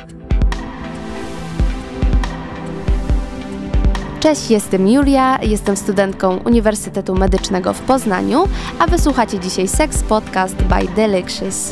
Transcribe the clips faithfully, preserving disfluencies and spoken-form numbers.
Cześć, jestem Julia, jestem studentką Uniwersytetu Medycznego w Poznaniu, a wysłuchacie dzisiaj Sex Podcast by Delicious.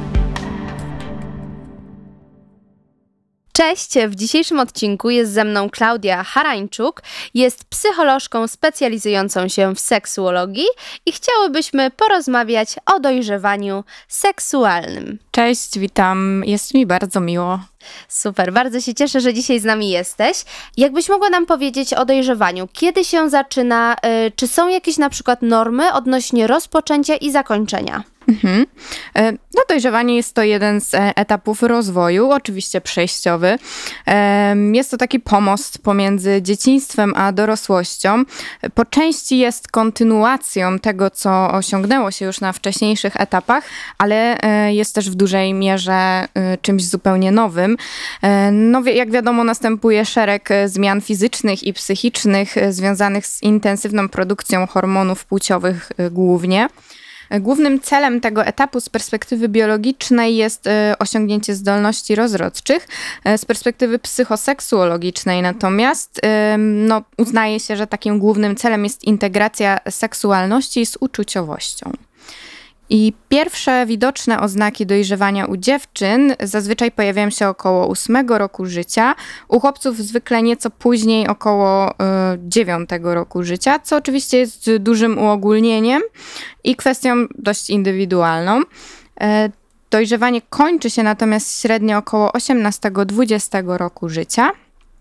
Cześć, w dzisiejszym odcinku jest ze mną Klaudia Harańczuk, jest psycholożką specjalizującą się w seksuologii i chciałybyśmy porozmawiać o dojrzewaniu seksualnym. Cześć, witam, jest mi bardzo miło. Super, bardzo się cieszę, że dzisiaj z nami jesteś. Jakbyś mogła nam powiedzieć o dojrzewaniu? Kiedy się zaczyna? Yy, czy są jakieś na przykład normy odnośnie rozpoczęcia i zakończenia? Mhm. No, dojrzewanie jest to jeden z etapów rozwoju, oczywiście przejściowy. Jest to taki pomost pomiędzy dzieciństwem a dorosłością. Po części jest kontynuacją tego, co osiągnęło się już na wcześniejszych etapach, ale jest też w dużej mierze czymś zupełnie nowym. No, jak wiadomo, następuje szereg zmian fizycznych i psychicznych związanych z intensywną produkcją hormonów płciowych głównie. Głównym celem tego etapu z perspektywy biologicznej jest osiągnięcie zdolności rozrodczych. Z perspektywy psychoseksuologicznej natomiast no, uznaje się, że takim głównym celem jest integracja seksualności z uczuciowością. I pierwsze widoczne oznaki dojrzewania u dziewczyn zazwyczaj pojawiają się około ósmego roku życia, u chłopców zwykle nieco później, około y, dziewiątego roku życia, co oczywiście jest dużym uogólnieniem i kwestią dość indywidualną. Y, dojrzewanie kończy się natomiast średnio około osiemnastego dwudziestego roku życia.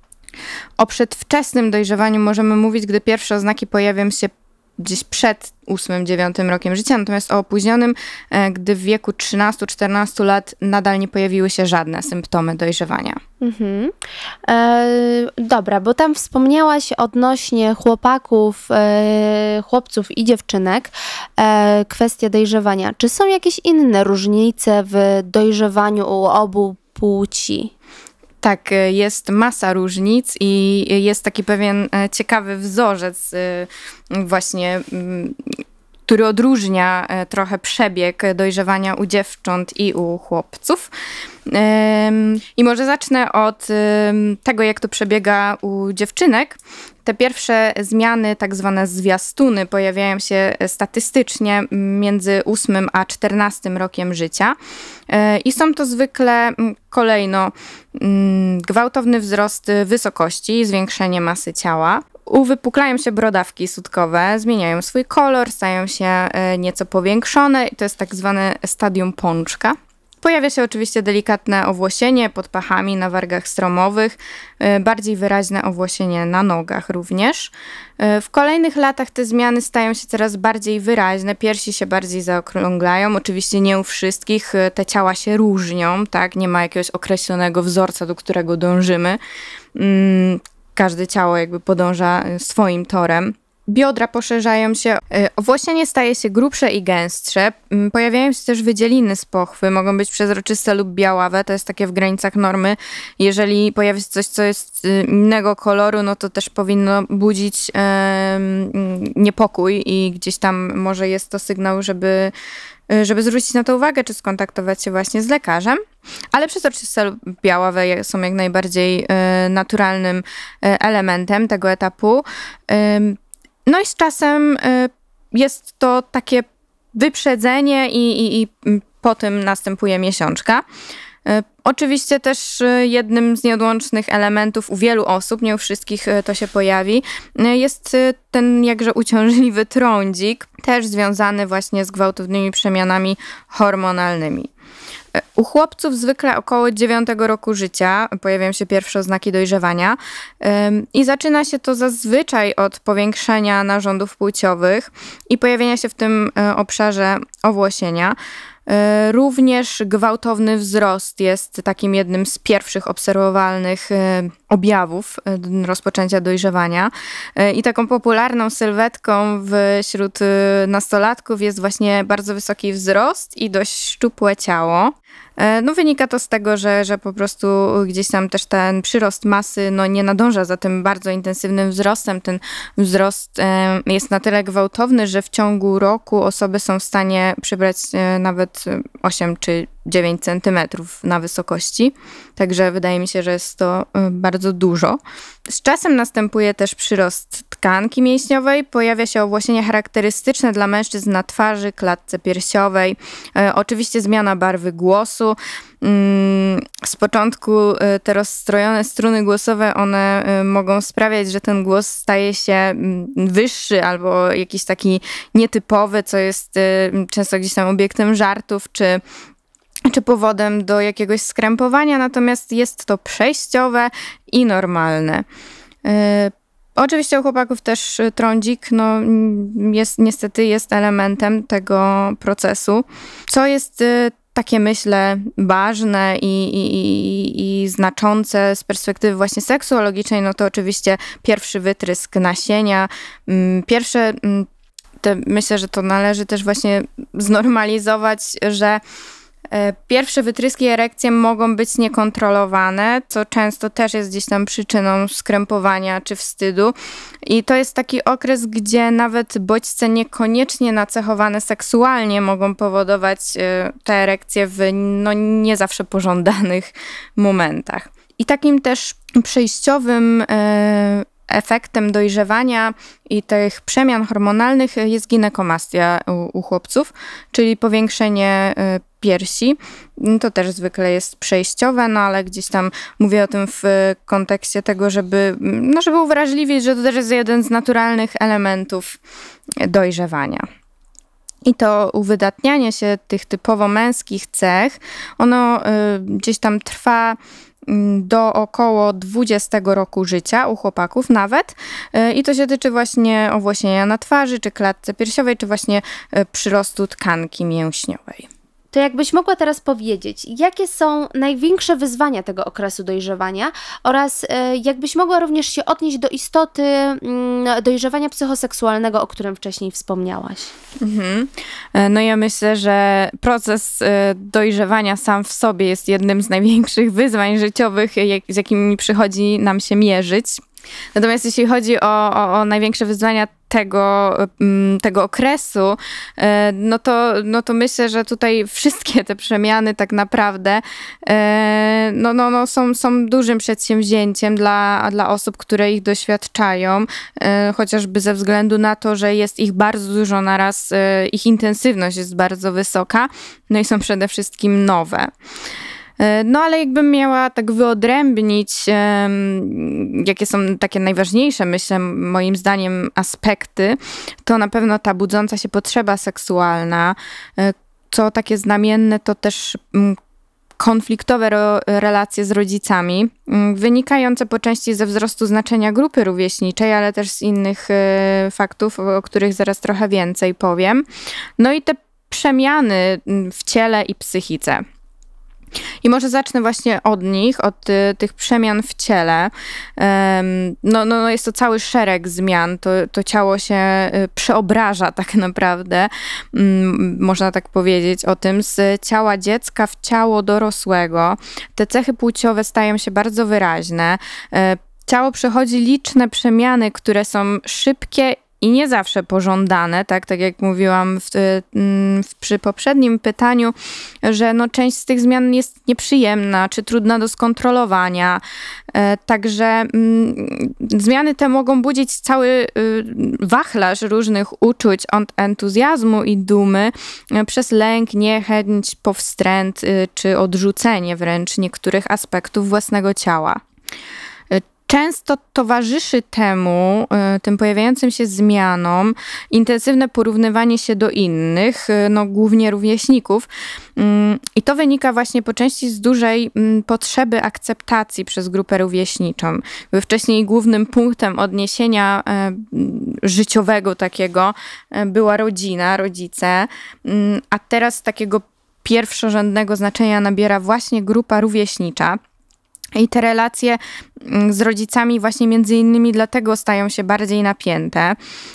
O przedwczesnym dojrzewaniu możemy mówić, gdy pierwsze oznaki pojawią się gdzieś przed ósmym dziewiątym rokiem życia, natomiast o opóźnionym, gdy w wieku trzynastu czternastu lat nadal nie pojawiły się żadne symptomy dojrzewania. Mhm. E, dobra, bo tam wspomniałaś odnośnie chłopaków, e, chłopców i dziewczynek, e, kwestia dojrzewania. Czy są jakieś inne różnice w dojrzewaniu u obu płci? Tak, jest masa różnic i jest taki pewien ciekawy wzorzec właśnie, który odróżnia trochę przebieg dojrzewania u dziewcząt i u chłopców. I może zacznę od tego, jak to przebiega u dziewczynek. Te pierwsze zmiany, tak zwane zwiastuny, pojawiają się statystycznie między ósmym a czternastym rokiem życia. I są to zwykle kolejno gwałtowny wzrost wysokości, zwiększenie masy ciała. Uwypuklają się brodawki sutkowe, zmieniają swój kolor, stają się nieco powiększone i to jest tak zwane stadium pączka. Pojawia się oczywiście delikatne owłosienie pod pachami, na wargach stromowych, bardziej wyraźne owłosienie na nogach również. W kolejnych latach te zmiany stają się coraz bardziej wyraźne, piersi się bardziej zaokrąglają. Oczywiście nie u wszystkich, te ciała się różnią, tak? Nie ma jakiegoś określonego wzorca, do którego dążymy. Każde ciało jakby podąża swoim torem. Biodra poszerzają się, owłosienie staje się grubsze i gęstsze. Pojawiają się też wydzieliny z pochwy, mogą być przezroczyste lub białawe, to jest takie w granicach normy. Jeżeli pojawi się coś, co jest innego koloru, no to też powinno budzić e, niepokój i gdzieś tam może jest to sygnał, żeby, żeby zwrócić na to uwagę, czy skontaktować się właśnie z lekarzem. Ale przezroczyste lub białawe są jak najbardziej e, naturalnym elementem tego etapu. E, No i z czasem jest to takie wyprzedzenie i, i, i po tym następuje miesiączka. Oczywiście też jednym z nieodłącznych elementów u wielu osób, nie u wszystkich to się pojawi, jest ten jakże uciążliwy trądzik, też związany właśnie z gwałtownymi przemianami hormonalnymi. U chłopców zwykle około dziewiątego roku życia pojawiają się pierwsze oznaki dojrzewania i zaczyna się to zazwyczaj od powiększenia narządów płciowych i pojawienia się w tym obszarze owłosienia. Również gwałtowny wzrost jest takim jednym z pierwszych obserwowalnych objawów rozpoczęcia dojrzewania. I taką popularną sylwetką wśród nastolatków jest właśnie bardzo wysoki wzrost i dość szczupłe ciało. No wynika to z tego, że, że po prostu gdzieś tam też ten przyrost masy no, nie nadąża za tym bardzo intensywnym wzrostem. Ten wzrost jest na tyle gwałtowny, że w ciągu roku osoby są w stanie przybrać nawet osiem czy dziewięć centymetrów na wysokości, także wydaje mi się, że jest to bardzo dużo. Z czasem następuje też przyrost tkanki mięśniowej, pojawia się owłosienie charakterystyczne dla mężczyzn na twarzy, klatce piersiowej, e, oczywiście zmiana barwy głosu. Z początku te rozstrojone struny głosowe, one mogą sprawiać, że ten głos staje się wyższy albo jakiś taki nietypowy, co jest często gdzieś tam obiektem żartów, czy czy powodem do jakiegoś skrępowania, natomiast jest to przejściowe i normalne. Yy, oczywiście u chłopaków też trądzik, no, jest, niestety jest elementem tego procesu, co jest yy, takie, myślę, ważne i, i, i, i znaczące z perspektywy właśnie seksuologicznej, no to oczywiście pierwszy wytrysk nasienia, yy, pierwsze, yy, te, myślę, że to należy też właśnie znormalizować, że pierwsze wytryski i erekcje mogą być niekontrolowane, co często też jest gdzieś tam przyczyną skrępowania czy wstydu. I to jest taki okres, gdzie nawet bodźce niekoniecznie nacechowane seksualnie mogą powodować te erekcje w no, nie zawsze pożądanych momentach. I takim też przejściowym e, efektem dojrzewania i tych przemian hormonalnych jest ginekomastia u, u chłopców, czyli powiększenie e, piersi. To też zwykle jest przejściowe, no ale gdzieś tam mówię o tym w kontekście tego, żeby, no żeby uwrażliwić, że to też jest jeden z naturalnych elementów dojrzewania. I to uwydatnianie się tych typowo męskich cech, ono y, gdzieś tam trwa do około dwudziestego roku życia u chłopaków nawet. I to się tyczy właśnie owłosienia na twarzy, czy klatce piersiowej, czy właśnie przyrostu tkanki mięśniowej. To jakbyś mogła teraz powiedzieć, jakie są największe wyzwania tego okresu dojrzewania oraz jakbyś mogła również się odnieść do istoty dojrzewania psychoseksualnego, o którym wcześniej wspomniałaś? Mhm. No ja myślę, że proces dojrzewania sam w sobie jest jednym z największych wyzwań życiowych, z jakimi przychodzi nam się mierzyć. Natomiast jeśli chodzi o, o, o największe wyzwania tego, tego okresu, no to, no to myślę, że tutaj wszystkie te przemiany tak naprawdę no, no, no są, są dużym przedsięwzięciem dla, dla osób, które ich doświadczają, chociażby ze względu na to, że jest ich bardzo dużo naraz, ich intensywność jest bardzo wysoka, no i są przede wszystkim nowe. No ale jakbym miała tak wyodrębnić, jakie są takie najważniejsze, myślę, moim zdaniem aspekty, to na pewno ta budząca się potrzeba seksualna. Co takie znamienne, to też konfliktowe relacje z rodzicami, wynikające po części ze wzrostu znaczenia grupy rówieśniczej, ale też z innych faktów, o których zaraz trochę więcej powiem. No i te przemiany w ciele i psychice. I może zacznę właśnie od nich, od y, tych przemian w ciele. Um, no, no, no jest to cały szereg zmian. To, to ciało się y, przeobraża tak naprawdę, um, można tak powiedzieć o tym, z ciała dziecka w ciało dorosłego. Te cechy płciowe stają się bardzo wyraźne. Y, ciało przechodzi liczne przemiany, które są szybkie i nie zawsze pożądane, tak, tak jak mówiłam w, w, przy poprzednim pytaniu, że no część z tych zmian jest nieprzyjemna, czy trudna do skontrolowania. E, także mm, zmiany te mogą budzić cały y, wachlarz różnych uczuć, od entuzjazmu i dumy, y, przez lęk, niechęć, powstręt, y, czy odrzucenie wręcz niektórych aspektów własnego ciała. Często towarzyszy temu, tym pojawiającym się zmianom, intensywne porównywanie się do innych, no głównie rówieśników. I to wynika właśnie po części z dużej potrzeby akceptacji przez grupę rówieśniczą. Wcześniej głównym punktem odniesienia życiowego takiego była rodzina, rodzice, a teraz takiego pierwszorzędnego znaczenia nabiera właśnie grupa rówieśnicza. I te relacje z rodzicami właśnie między innymi dlatego stają się bardziej napięte.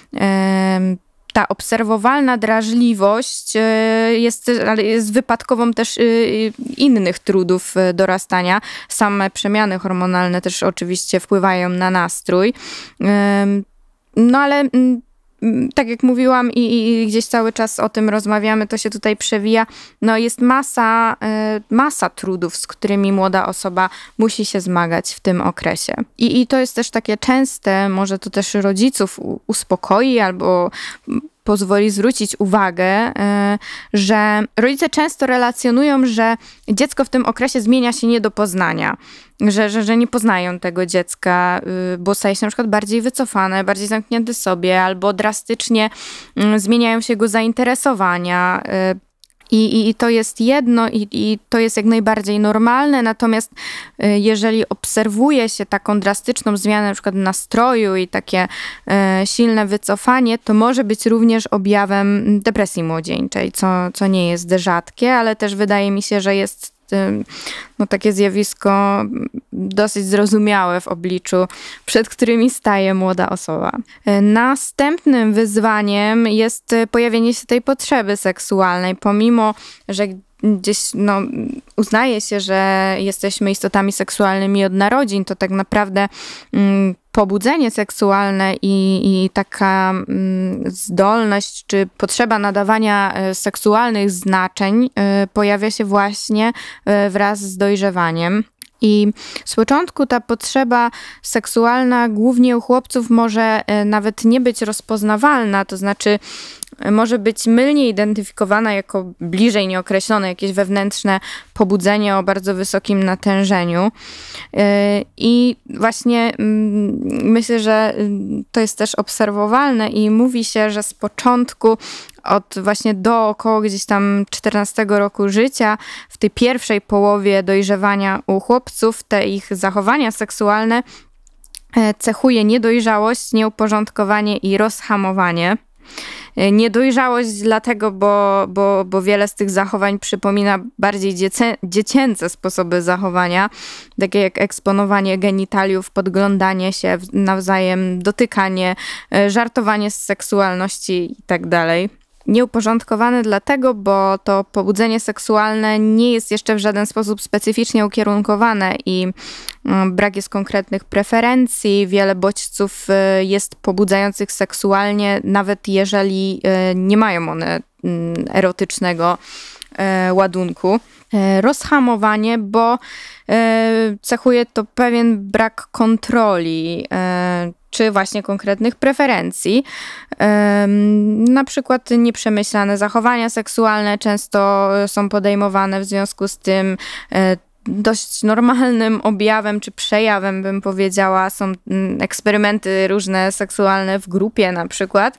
Ta obserwowalna drażliwość jest, jest wypadkową też innych trudów dorastania. Same przemiany hormonalne też oczywiście wpływają na nastrój. No ale tak jak mówiłam i, i gdzieś cały czas o tym rozmawiamy, to się tutaj przewija, no jest masa, masa trudów, z którymi młoda osoba musi się zmagać w tym okresie. I, i to jest też takie częste, może to też rodziców uspokoi albo pozwoli zwrócić uwagę, że rodzice często relacjonują, że dziecko w tym okresie zmienia się nie do poznania. Że, że, że nie poznają tego dziecka, bo staje się na przykład bardziej wycofane, bardziej zamknięte sobie, albo drastycznie zmieniają się jego zainteresowania. I, i, i to jest jedno i, i to jest jak najbardziej normalne, natomiast jeżeli obserwuje się taką drastyczną zmianę na przykład nastroju i takie e, silne wycofanie, to może być również objawem depresji młodzieńczej, co, co nie jest rzadkie, ale też wydaje mi się, że jest no, takie zjawisko dosyć zrozumiałe w obliczu, przed którymi staje młoda osoba. Następnym wyzwaniem jest pojawienie się tej potrzeby seksualnej, pomimo że gdzieś no, uznaje się, że jesteśmy istotami seksualnymi od narodzin, to tak naprawdę mm, pobudzenie seksualne i, i taka mm, zdolność czy potrzeba nadawania y, seksualnych znaczeń y, pojawia się właśnie y, wraz z dojrzewaniem. I z początku ta potrzeba seksualna głównie u chłopców może y, nawet nie być rozpoznawalna, to znaczy może być mylnie identyfikowana jako bliżej nieokreślone, jakieś wewnętrzne pobudzenie o bardzo wysokim natężeniu. I właśnie myślę, że to jest też obserwowalne i mówi się, że z początku od właśnie do około gdzieś tam czternastego roku życia, w tej pierwszej połowie dojrzewania u chłopców, te ich zachowania seksualne cechuje niedojrzałość, nieuporządkowanie i rozhamowanie. Niedojrzałość dlatego, bo, bo, bo wiele z tych zachowań przypomina bardziej dziecię, dziecięce sposoby zachowania, takie jak eksponowanie genitaliów, podglądanie się nawzajem, dotykanie, żartowanie z seksualności itd. Nieuporządkowane dlatego, bo to pobudzenie seksualne nie jest jeszcze w żaden sposób specyficznie ukierunkowane i brak jest konkretnych preferencji, wiele bodźców jest pobudzających seksualnie, nawet jeżeli nie mają one erotycznego ładunku. Rozhamowanie, bo cechuje to pewien brak kontroli, czy właśnie konkretnych preferencji. Na przykład nieprzemyślane zachowania seksualne często są podejmowane, w związku z tym dość normalnym objawem czy przejawem, bym powiedziała, są eksperymenty różne seksualne w grupie na przykład.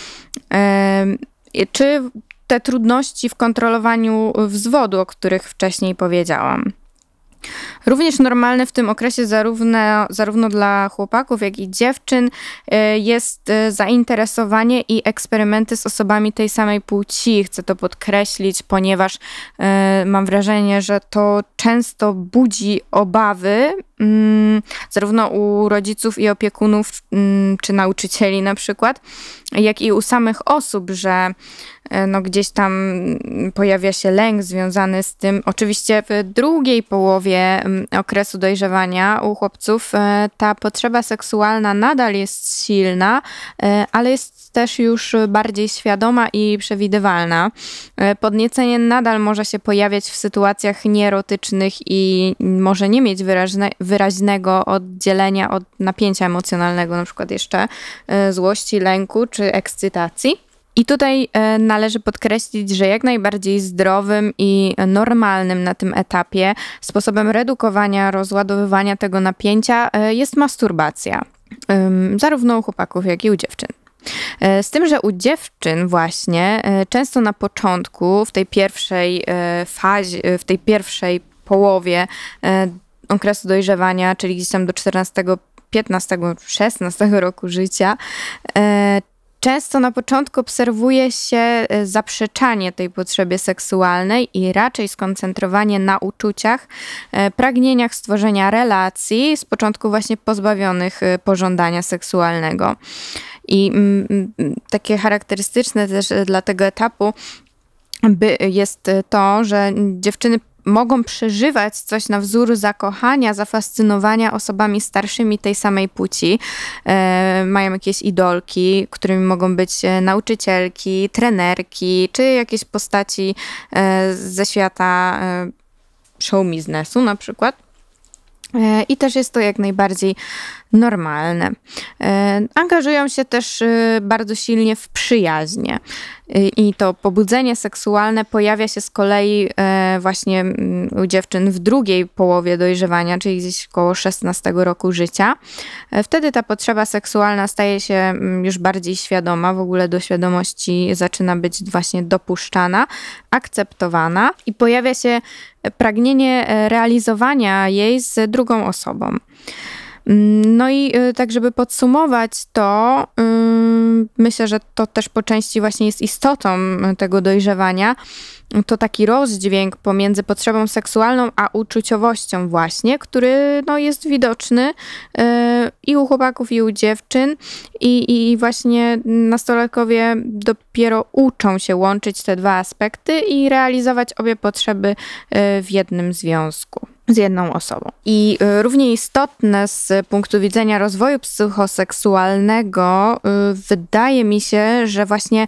Czy te trudności w kontrolowaniu wzwodu, o których wcześniej powiedziałam. Również normalne w tym okresie zarówno, zarówno dla chłopaków, jak i dziewczyn jest zainteresowanie i eksperymenty z osobami tej samej płci. Chcę to podkreślić, ponieważ mam wrażenie, że to często budzi obawy zarówno u rodziców i opiekunów, czy nauczycieli na przykład, jak i u samych osób, że no gdzieś tam pojawia się lęk związany z tym. Oczywiście w drugiej połowie okresu dojrzewania u chłopców ta potrzeba seksualna nadal jest silna, ale jest też już bardziej świadoma i przewidywalna. Podniecenie nadal może się pojawiać w sytuacjach nieerotycznych i może nie mieć wyraźne, wyraźnego oddzielenia od napięcia emocjonalnego, na przykład jeszcze złości, lęku czy ekscytacji. I tutaj należy podkreślić, że jak najbardziej zdrowym i normalnym na tym etapie sposobem redukowania, rozładowywania tego napięcia jest masturbacja. Zarówno u chłopaków, jak i u dziewczyn. Z tym, że u dziewczyn właśnie często na początku, w tej pierwszej fazie, w tej pierwszej połowie okresu dojrzewania, czyli gdzieś tam do czternastego, piętnastego, szesnastego roku życia, często na początku obserwuje się zaprzeczanie tej potrzebie seksualnej i raczej skoncentrowanie na uczuciach, pragnieniach stworzenia relacji, z początku właśnie pozbawionych pożądania seksualnego. I mm, takie charakterystyczne też dla tego etapu by, jest to, że dziewczyny mogą przeżywać coś na wzór zakochania, zafascynowania osobami starszymi tej samej płci. E, mają jakieś idolki, którymi mogą być nauczycielki, trenerki, czy jakieś postaci e, ze świata e, show biznesu na przykład. E, I też jest to jak najbardziej normalne. E, angażują się też e, bardzo silnie w przyjaźnie. E, I to pobudzenie seksualne pojawia się z kolei e, właśnie m, u dziewczyn w drugiej połowie dojrzewania, czyli gdzieś około szesnastego roku życia. E, wtedy ta potrzeba seksualna staje się m, już bardziej świadoma, w ogóle do świadomości zaczyna być właśnie dopuszczana, akceptowana i pojawia się pragnienie realizowania jej z drugą osobą. No i tak, żeby podsumować to, myślę, że to też po części właśnie jest istotą tego dojrzewania, to taki rozdźwięk pomiędzy potrzebą seksualną a uczuciowością właśnie, który no, jest widoczny i u chłopaków, i u dziewczyn. I, i właśnie nastolatkowie dopiero uczą się łączyć te dwa aspekty i realizować obie potrzeby w jednym związku z jedną osobą. I równie istotne z punktu widzenia rozwoju psychoseksualnego wydaje mi się, że właśnie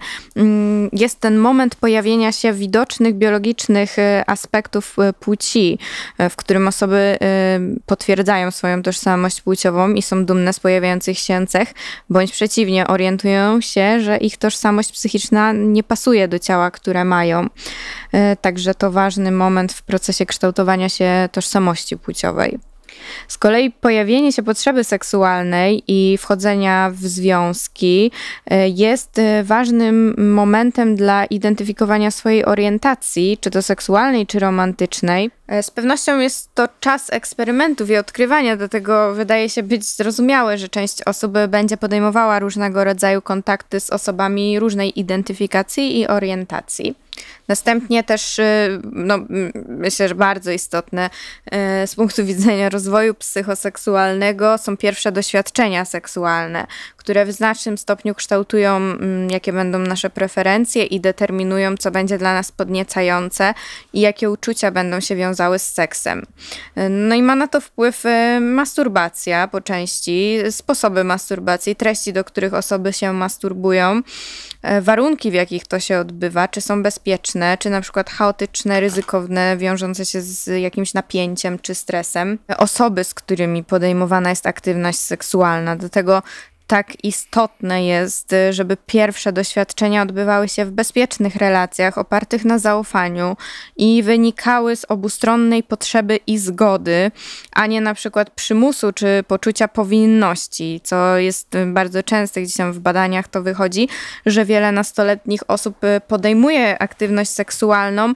jest ten moment pojawienia się widocznych biologicznych aspektów płci, w którym osoby potwierdzają swoją tożsamość płciową i są dumne z pojawiających się cech, bądź przeciwnie, orientują się, że ich tożsamość psychiczna nie pasuje do ciała, które mają. Także to ważny moment w procesie kształtowania się tożsamości płciowej. Z kolei pojawienie się potrzeby seksualnej i wchodzenia w związki jest ważnym momentem dla identyfikowania swojej orientacji, czy to seksualnej, czy romantycznej. Z pewnością jest to czas eksperymentów i odkrywania, dlatego wydaje się być zrozumiałe, że część osób będzie podejmowała różnego rodzaju kontakty z osobami różnej identyfikacji i orientacji. Następnie też, no, myślę, że bardzo istotne z punktu widzenia rozwoju psychoseksualnego są pierwsze doświadczenia seksualne, które w znacznym stopniu kształtują, jakie będą nasze preferencje i determinują, co będzie dla nas podniecające i jakie uczucia będą się wiązały z seksem. No i ma na to wpływ masturbacja po części, sposoby masturbacji, treści, do których osoby się masturbują, warunki, w jakich to się odbywa, czy są bezpieczne, czy na przykład chaotyczne, ryzykowne, wiążące się z jakimś napięciem czy stresem. Osoby, z którymi podejmowana jest aktywność seksualna. Do tego tak istotne jest, żeby pierwsze doświadczenia odbywały się w bezpiecznych relacjach, opartych na zaufaniu i wynikały z obustronnej potrzeby i zgody, a nie na przykład przymusu czy poczucia powinności, co jest bardzo częste, gdzieś tam w badaniach to wychodzi, że wiele nastoletnich osób podejmuje aktywność seksualną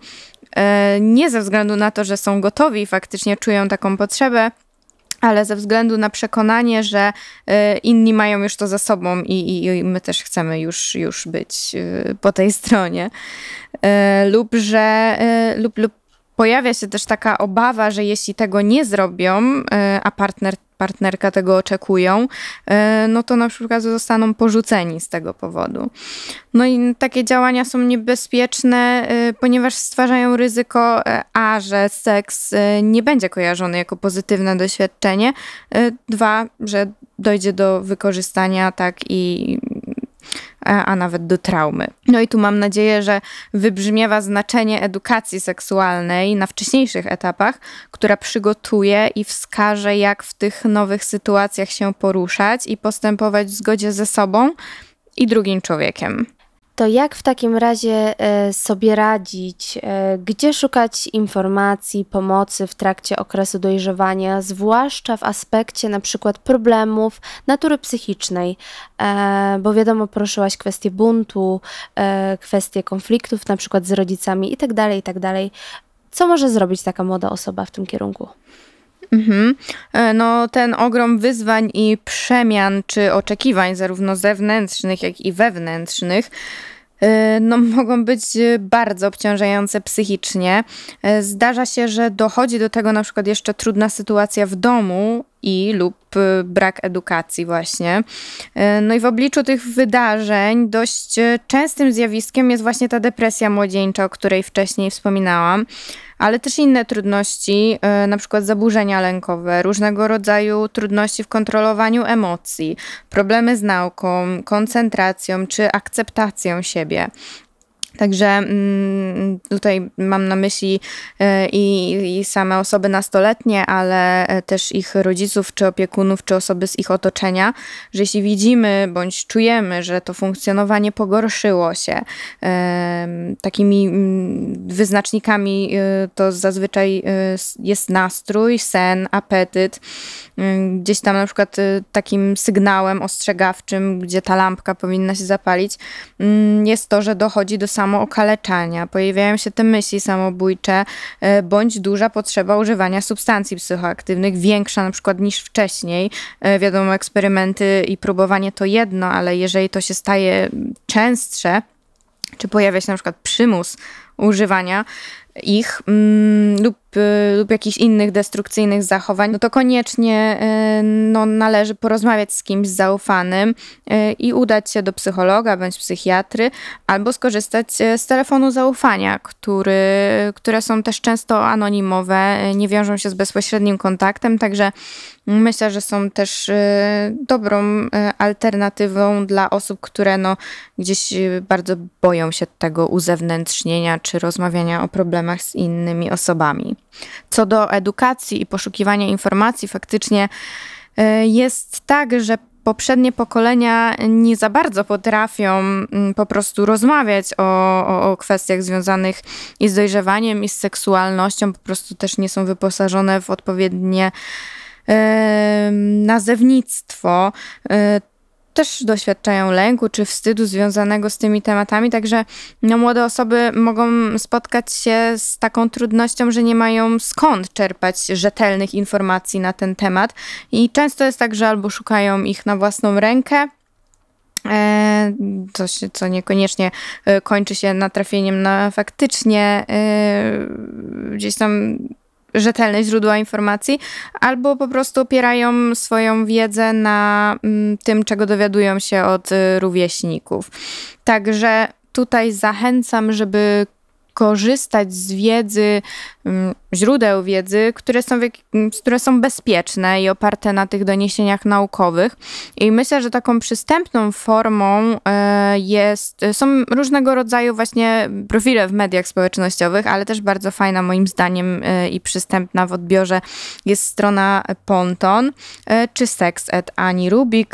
nie ze względu na to, że są gotowi i faktycznie czują taką potrzebę, ale ze względu na przekonanie, że y, inni mają już to za sobą i, i, i my też chcemy już, już być y, po tej stronie. Y, lub że y, lub, lub pojawia się też taka obawa, że jeśli tego nie zrobią, y, a partner partnerka tego oczekują, no to na przykład zostaną porzuceni z tego powodu. No i takie działania są niebezpieczne, ponieważ stwarzają ryzyko a, że seks nie będzie kojarzony jako pozytywne doświadczenie, dwa, że dojdzie do wykorzystania, tak, i A, a nawet do traumy. No i tu mam nadzieję, że wybrzmiewa znaczenie edukacji seksualnej na wcześniejszych etapach, która przygotuje i wskaże, jak w tych nowych sytuacjach się poruszać i postępować w zgodzie ze sobą i drugim człowiekiem. To jak w takim razie sobie radzić? Gdzie szukać informacji, pomocy w trakcie okresu dojrzewania, zwłaszcza w aspekcie na przykład problemów natury psychicznej? Bo wiadomo, poruszyłaś kwestię buntu, kwestię konfliktów na przykład z rodzicami itd., itd. Co może zrobić taka młoda osoba w tym kierunku? Mhm. No ten ogrom wyzwań i przemian czy oczekiwań zarówno zewnętrznych, jak i wewnętrznych no, mogą być bardzo obciążające psychicznie. Zdarza się, że dochodzi do tego na przykład jeszcze trudna sytuacja w domu i lub brak edukacji właśnie. No i w obliczu tych wydarzeń dość częstym zjawiskiem jest właśnie ta depresja młodzieńcza, o której wcześniej wspominałam. ale też inne trudności, na przykład zaburzenia lękowe, różnego rodzaju trudności w kontrolowaniu emocji, problemy z nauką, koncentracją czy akceptacją siebie. Także tutaj mam na myśli i, i same osoby nastoletnie, ale też ich rodziców, czy opiekunów, czy osoby z ich otoczenia, że jeśli widzimy bądź czujemy, że to funkcjonowanie pogorszyło się, takimi wyznacznikami to zazwyczaj jest nastrój, sen, apetyt. Gdzieś tam na przykład takim sygnałem ostrzegawczym, gdzie ta lampka powinna się zapalić, jest to, że dochodzi do samookaleczania. Pojawiają się te myśli samobójcze, bądź duża potrzeba używania substancji psychoaktywnych, większa na przykład niż wcześniej. Wiadomo, eksperymenty i próbowanie to jedno, ale jeżeli to się staje częstsze, czy pojawia się na przykład przymus używania ich mm, lub, y, lub jakichś innych destrukcyjnych zachowań, no to koniecznie y, no, należy porozmawiać z kimś zaufanym y, i udać się do psychologa bądź psychiatry, albo skorzystać z telefonu zaufania, który, które są też często anonimowe, nie wiążą się z bezpośrednim kontaktem, także myślę, że są też y, dobrą y, alternatywą dla osób, które no, gdzieś y, bardzo boją się tego uzewnętrznienia czy rozmawiania o problemach z innymi osobami. Co do edukacji i poszukiwania informacji, faktycznie y, jest tak, że poprzednie pokolenia nie za bardzo potrafią po prostu rozmawiać o, o, o kwestiach związanych i z dojrzewaniem, i z seksualnością. Po prostu też nie są wyposażone w odpowiednie nazewnictwo, też doświadczają lęku czy wstydu związanego z tymi tematami, także no, młode osoby mogą spotkać się z taką trudnością, że nie mają skąd czerpać rzetelnych informacji na ten temat i często jest tak, że albo szukają ich na własną rękę, coś, co niekoniecznie kończy się natrafieniem na faktycznie gdzieś tam rzetelne źródła informacji, albo po prostu opierają swoją wiedzę na tym, czego dowiadują się od rówieśników. Także tutaj zachęcam, żeby korzystać z wiedzy, źródeł wiedzy, które są, które są bezpieczne i oparte na tych doniesieniach naukowych. I myślę, że taką przystępną formą jest, są różnego rodzaju właśnie profile w mediach społecznościowych, ale też bardzo fajna moim zdaniem i przystępna w odbiorze jest strona Ponton czy Sex at Ani Rubik.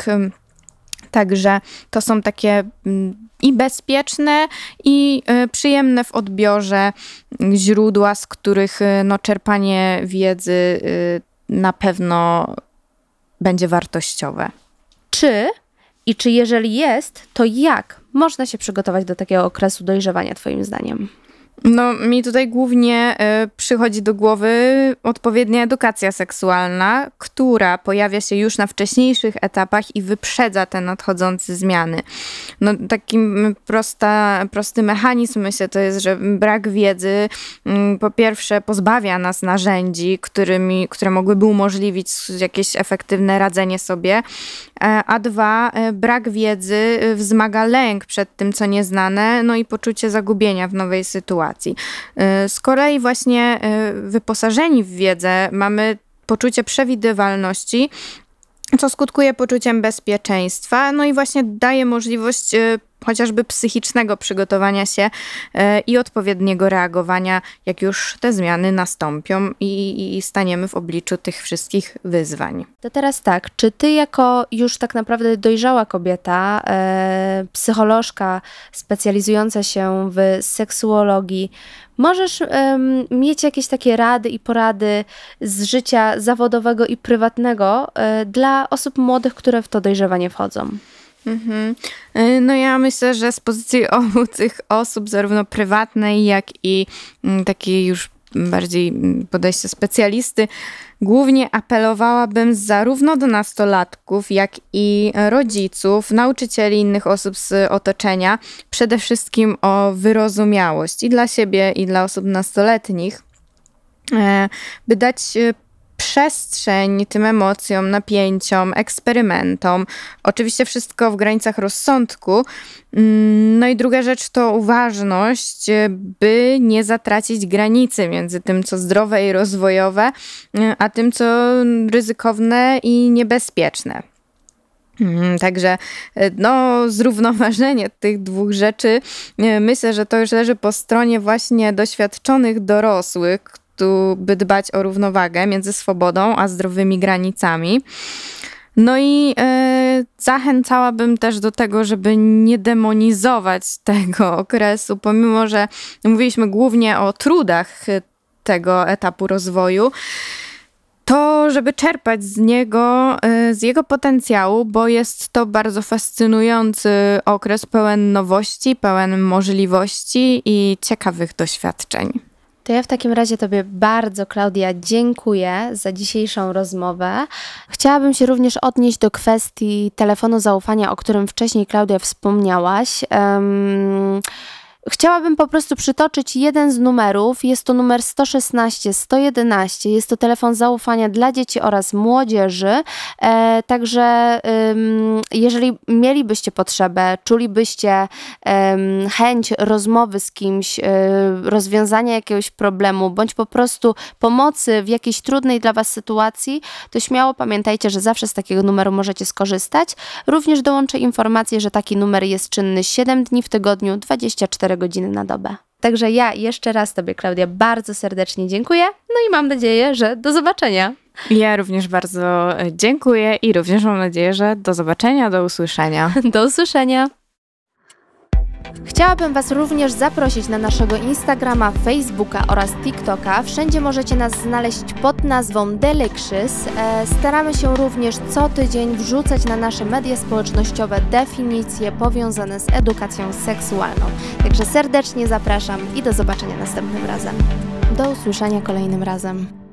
Także to są takie i bezpieczne, i przyjemne w odbiorze źródła, z których no, czerpanie wiedzy na pewno będzie wartościowe. Czy i czy jeżeli jest, to jak można się przygotować do takiego okresu dojrzewania twoim zdaniem? No, mi tutaj głównie y, przychodzi do głowy odpowiednia edukacja seksualna, która pojawia się już na wcześniejszych etapach i wyprzedza te nadchodzące zmiany. No, taki prosta, prosty mechanizm, myślę, to jest, że brak wiedzy y, po pierwsze pozbawia nas narzędzi, którymi, które mogłyby umożliwić jakieś efektywne radzenie sobie, a dwa, brak wiedzy wzmaga lęk przed tym, co nieznane, no i poczucie zagubienia w nowej sytuacji. Z kolei właśnie wyposażeni w wiedzę mamy poczucie przewidywalności, co skutkuje poczuciem bezpieczeństwa, no i właśnie daje możliwość chociażby psychicznego przygotowania się i odpowiedniego reagowania, jak już te zmiany nastąpią i, i staniemy w obliczu tych wszystkich wyzwań. To teraz tak, czy ty jako już tak naprawdę dojrzała kobieta, e, psycholożka specjalizująca się w seksuologii, możesz e, mieć jakieś takie rady i porady z życia zawodowego i prywatnego e, dla osób młodych, które w to dojrzewanie wchodzą? Mhm. No ja myślę, że z pozycji obu tych osób, zarówno prywatnej, jak i takiej już bardziej podejście specjalisty, głównie apelowałabym zarówno do nastolatków, jak i rodziców, nauczycieli, innych osób z otoczenia, przede wszystkim o wyrozumiałość i dla siebie, i dla osób nastoletnich, by dać przestrzeń tym emocjom, napięciom, eksperymentom. Oczywiście wszystko w granicach rozsądku. No i druga rzecz to uważność, by nie zatracić granicy między tym, co zdrowe i rozwojowe, a tym, co ryzykowne i niebezpieczne. Także no, zrównoważenie tych dwóch rzeczy, myślę, że to już leży po stronie właśnie doświadczonych dorosłych, by dbać o równowagę między swobodą a zdrowymi granicami. No i e, zachęcałabym też do tego, żeby nie demonizować tego okresu, pomimo że mówiliśmy głównie o trudach tego etapu rozwoju, to żeby czerpać z niego, z jego potencjału, bo jest to bardzo fascynujący okres pełen nowości, pełen możliwości i ciekawych doświadczeń. To ja w takim razie Tobie bardzo, Klaudia, dziękuję za dzisiejszą rozmowę. Chciałabym się również odnieść do kwestii telefonu zaufania, o którym wcześniej, Klaudia, wspomniałaś. Um, Chciałabym po prostu przytoczyć jeden z numerów. Jest to numer sto szesnaście sto jedenaście. Jest to telefon zaufania dla dzieci oraz młodzieży. E, także e, jeżeli mielibyście potrzebę, czulibyście e, chęć rozmowy z kimś, e, rozwiązania jakiegoś problemu, bądź po prostu pomocy w jakiejś trudnej dla Was sytuacji, to śmiało pamiętajcie, że zawsze z takiego numeru możecie skorzystać. Również dołączę informację, że taki numer jest czynny siedem dni w tygodniu, dwadzieścia cztery godziny na dobę. Także ja jeszcze raz Tobie, Klaudia, bardzo serdecznie dziękuję. No i mam nadzieję, że do zobaczenia. Ja również bardzo dziękuję i również mam nadzieję, że do zobaczenia, do usłyszenia. Do usłyszenia. Chciałabym Was również zaprosić na naszego Instagrama, Facebooka oraz TikToka. Wszędzie możecie nas znaleźć pod nazwą Delicious. Staramy się również co tydzień wrzucać na nasze media społecznościowe definicje powiązane z edukacją seksualną. Także serdecznie zapraszam i do zobaczenia następnym razem. Do usłyszenia kolejnym razem.